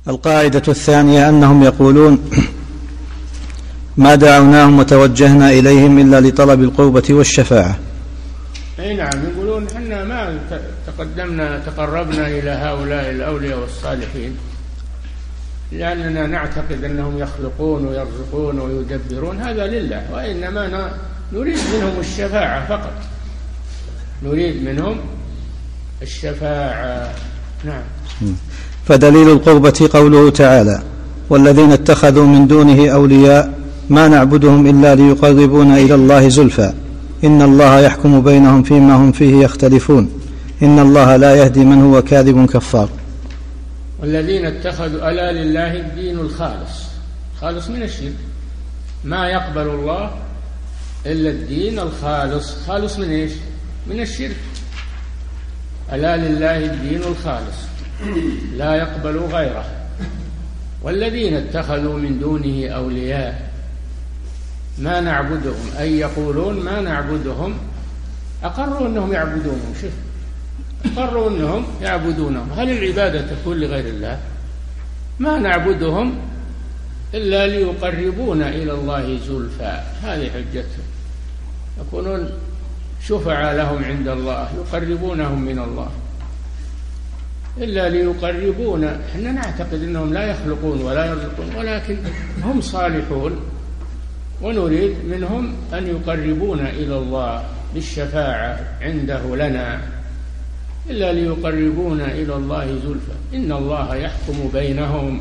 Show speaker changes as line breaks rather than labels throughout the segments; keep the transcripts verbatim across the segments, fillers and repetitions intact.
القاعدة الثانية أنهم يقولون ما دعوناهم وتوجهنا إليهم إلا لطلب القربة والشفاعة.
أي نعم، يقولون إحنا ما تقدمنا تقربنا إلى هؤلاء الأولياء والصالحين لأننا نعتقد أنهم يخلقون ويرزقون ويدبرون، هذا لله، وإنما نريد منهم الشفاعة فقط، نريد منهم الشفاعة. نعم.
فدليل القربة قوله تعالى والذين اتخذوا من دونه أولياء ما نعبدهم إلا ليقربونا إلى الله زلفى إن الله يحكم بينهم فيما هم فيه يختلفون إن الله لا يهدي من هو كاذب كفار.
والذين اتخذوا ألا لله الدين الخالص، خالص من الشرك، ما يقبل الله إلا الدين الخالص، خالص من إيش؟ من الشرك. ألا لله الدين الخالص لا يقبل غيره. والذين اتخذوا من دونه أولياء ما نعبدهم، أي يقولون ما نعبدهم، أقروا أنهم يعبدونهم، شوف أقروا أنهم يعبدونهم. هل العبادة تكون لغير الله؟ ما نعبدهم إلا ليقربونا إلى الله زلفى، هذه حجتهم، يكونون شفعاء لهم عند الله، يقربونهم من الله، إلا ليقربونا. احنا نعتقد أنهم لا يخلقون ولا يرزقون، ولكن هم صالحون ونريد منهم أن يقربونا إلى الله بالشفاعة عنده لنا، إلا ليقربونا إلى الله زلفى إن الله يحكم بينهم.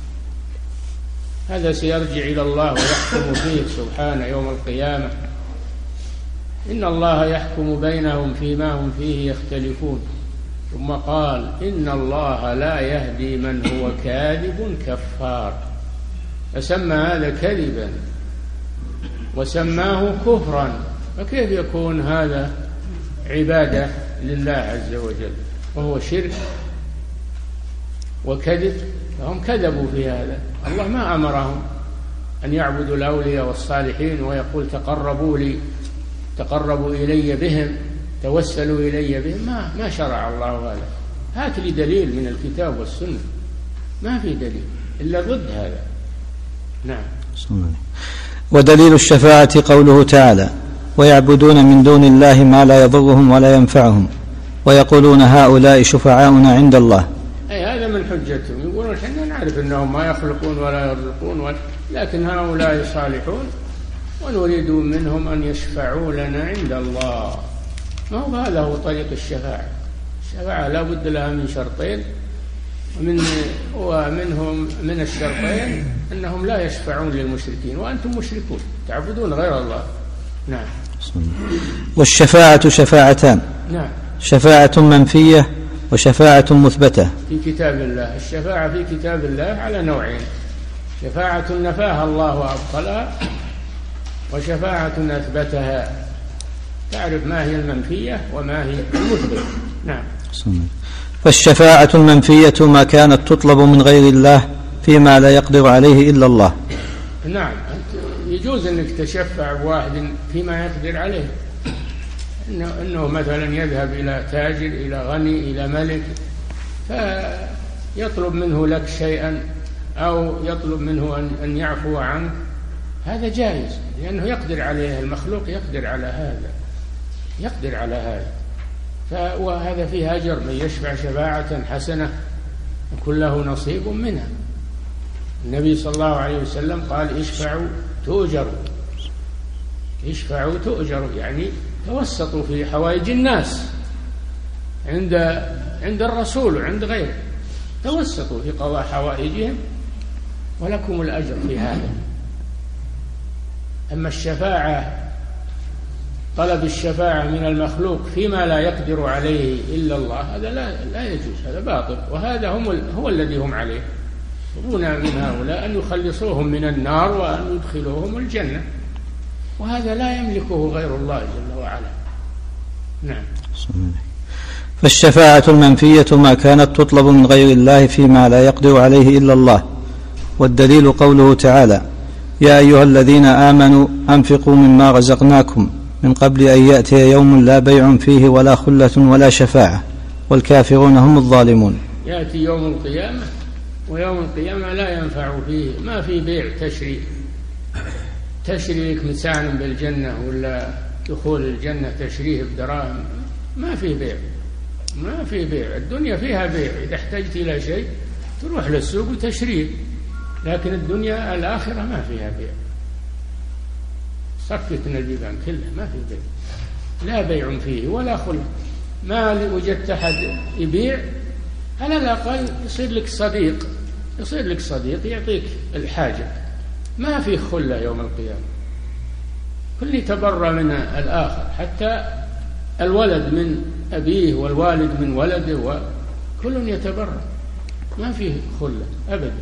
هذا سيرجع إلى الله ويحكم فيه سبحانه يوم القيامة. إن الله يحكم بينهم فيما هم فيه يختلفون. ثم قال إن الله لا يهدي من هو كاذب كفار، فسمى هذا كذبا وسماه كفرا، فكيف يكون هذا عبادة لله عز وجل وهو شرك وكذب؟ فهم كذبوا في هذا. الله ما أمرهم أن يعبدوا الأولياء والصالحين ويقول تقربوا لي، تقربوا إلي بهم، توسلوا إلي بهم، ما, ما شرع الله هذا. هات لي دليل من الكتاب والسنة، ما في دليل إلا ضد هذا. نعم.
ودليل الشفاعة قوله تعالى ويعبدون من دون الله ما لا يضرهم ولا ينفعهم ويقولون هؤلاء شفعاؤنا عند الله.
أي هذا من حجتهم، يقولون احنا نعرف أنهم ما يخلقون ولا يرزقون، لكن هؤلاء صالحون ونريد منهم أن يشفعوا لنا عند الله. ما هو هذا هو طريق الشفاعة. الشفاعة لا بد لها من شرطين، ومن ومنهم من الشرطين أنهم لا يشفعون للمشركين، وأنتم مشركون تعبدون غير الله. نعم.
والشفاعة شفاعتان.
نعم.
شفاعة منفية وشفاعة مثبتة.
في كتاب الله الشفاعة في كتاب الله على نوعين: شفاعة نفاها الله وأبطلها، وشفاعة أثبتها. تعرف ما هي المنفية وما هي المثبتة. نعم.
فالشفاعة المنفية ما كانت تطلب من غير الله فيما لا يقدر عليه إلا الله.
نعم، يجوز أنك تشفع بواحد فيما يقدر عليه، إنه, إنه مثلا يذهب إلى تاجر، إلى غني، إلى ملك، فيطلب منه لك شيئا أو يطلب منه أن, أن يعفو عنك، هذا جائز لأنه يقدر عليه، المخلوق يقدر على هذا، يقدر على هذا، وهذا فيه أجر. من يشفع شفاعة حسنة يكون له نصيب منها. النبي صلى الله عليه وسلم قال اشفعوا تؤجروا، اشفعوا تؤجروا، يعني توسطوا في حوائج الناس عند عند الرسول وعند غيره، توسطوا في قضاء حوائجهم ولكم الأجر في هذا. أما الشفاعة، طلب الشفاعة من المخلوق فيما لا يقدر عليه إلا الله، هذا لا, لا يجوز، هذا باطل، وهذا هم هو الذي هم عليه. يطلبون من هؤلاء أن يخلصوهم من النار وأن يدخلوهم الجنة، وهذا لا يملكه غير الله جل وعلا. نعم.
فالشفاعة المنفية ما كانت تطلب من غير الله فيما لا يقدر عليه إلا الله. والدليل قوله تعالى يا أيها الذين آمنوا أنفقوا مما رزقناكم من قبل أن يأتي يوم لا بيع فيه ولا خلة ولا شفاعة والكافرون هم الظالمون.
يأتي يوم القيامة ويوم القيامة لا ينفع فيه، ما في بيع تشري تشري لك مسان بالجنة ولا دخول الجنة تشريه بدراهم، ما في بيع، ما في بيع. الدنيا فيها بيع، إذا احتجت إلى شيء تروح للسوق وتشريه، لكن الدنيا الآخرة ما فيها بيع. صكتنا البيبان كلها ما في بيع، لا بيع فيه ولا خلة. ما وجدت أحد يبيع على الأقل يصير لك صديق، يصير لك صديق يعطيك الحاجة. ما في خلة يوم القيامة، كل يتبرى من الآخر، حتى الولد من أبيه والوالد من ولده، وكل يتبرى، ما فيه خلة أبدا.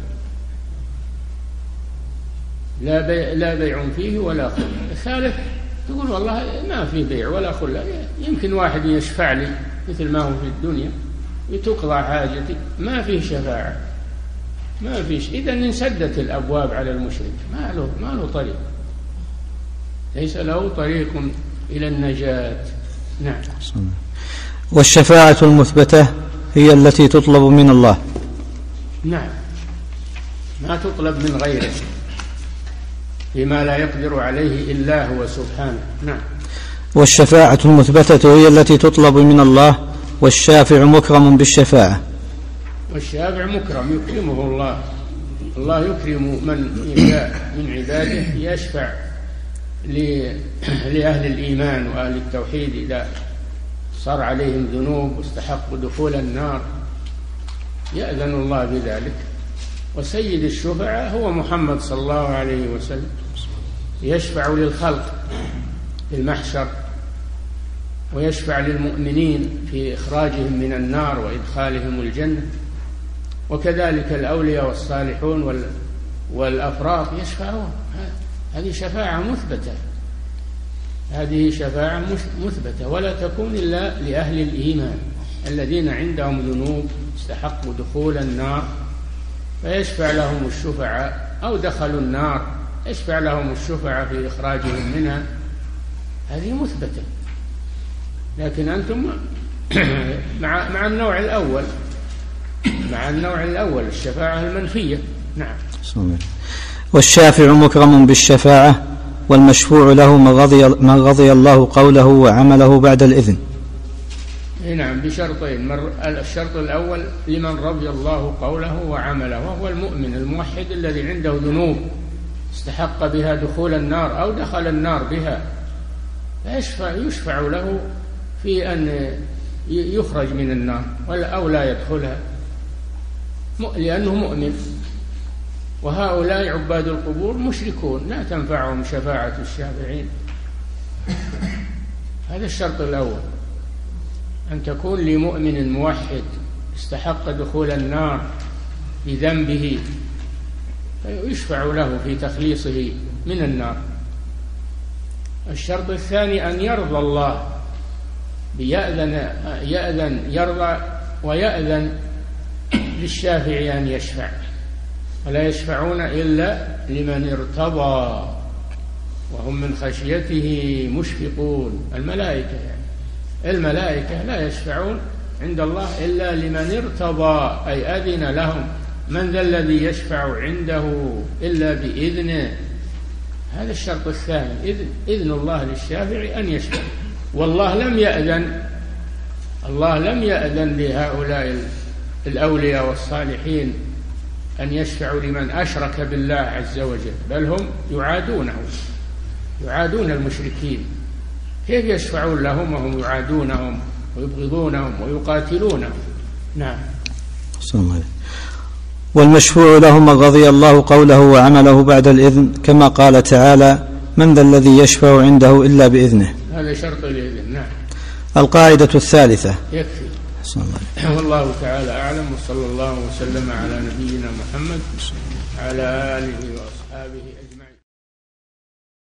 لا بيع, لا بيع فيه ولا خلة. الثالث تقول والله ما في بيع ولا خلة، يمكن واحد يشفع لي مثل ما هو في الدنيا وتقضى حاجتي، ما فيه شفاعة، ما فيش. إذا انسدت الأبواب على المشرك، ما له ما له طريق، ليس له طريق إلى النجاة. نعم.
والشفاعة المثبتة هي التي تطلب من الله.
نعم، ما تطلب من غيره فيما لا يقدر عليه إلا هو سبحانه. نعم.
والشفاعة المثبتة هي التي تطلب من الله، والشافع مكرم بالشفاعة.
والشافع مكرم يكرمه الله، الله يكرم من يشاء من عباده، يشفع لأهل الإيمان وأهل التوحيد إذا صار عليهم ذنوب واستحقوا دخول النار، يأذن الله بذلك. وسيد الشفعاء هو محمد صلى الله عليه وسلم، يشفع للخلق في المحشر، ويشفع للمؤمنين في إخراجهم من النار وإدخالهم الجنة، وكذلك الأولياء والصالحون والأفراط يشفعون. هذه شفاعة مثبتة، هذه شفاعة مثبتة، ولا تكون إلا لأهل الإيمان الذين عندهم ذنوب استحقوا دخول النار، فيشفع لهم الشفعاء، أو دخلوا النار يشفع لهم الشفعاء في إخراجهم منها، هذه مثبتة. لكن أنتم مع مع النوع الأول، مع النوع الأول الشفاعة المنفية. نعم.
والشافع مكرم بالشفاعة، والمشفوع له من رضي, من رضي الله قوله وعمله بعد الإذن.
نعم، بشرطين. الشرط الأول لمن رضي الله قوله وعمله، وهو المؤمن الموحد الذي عنده ذنوب استحق بها دخول النار أو دخل النار بها، فيشفع يشفع له في أن يخرج من النار أو لا يدخلها، لأنه مؤمن. وهؤلاء عباد القبور مشركون، لا تنفعهم شفاعة الشافعين. هذا الشرط الأول، أن تكون لمؤمن موحد استحق دخول النار بذنبه فيشفع له في تخليصه من النار. الشرط الثاني أن يرضى الله، بيأذن يأذن يرضى ويأذن للشافع أن يشفع، ولا يشفعون إلا لمن ارتضى وهم من خشيته مشفقون. الملائكة يعني الملائكة لا يشفعون عند الله إلا لمن ارتضى، أي أذن لهم. من ذا الذي يشفع عنده إلا بإذنه؟ هذا الشرط الثاني، إذن, إذن الله للشافع أن يشفع. والله لم يأذن الله لم يأذن لهؤلاء الأولياء والصالحين أن يشفعوا لمن أشرك بالله عز وجل، بل هم يعادونه، يعادون المشركين. كيف يشفعون لهم وهم يعادونهم ويبغضونهم ويقاتلونهم؟ نعم.
والمشفوع له من رضي الله قوله وعمله بعد الإذن، كما قال تعالى: من ذا الذي يشفع عنده إلا بإذنه.
هذا شرط الإذن. نعم.
القاعدة الثالثة.
يكفي. والله تعالى أعلم، وصلى الله وسلم على نبينا محمد وعلى آله وأصحابه.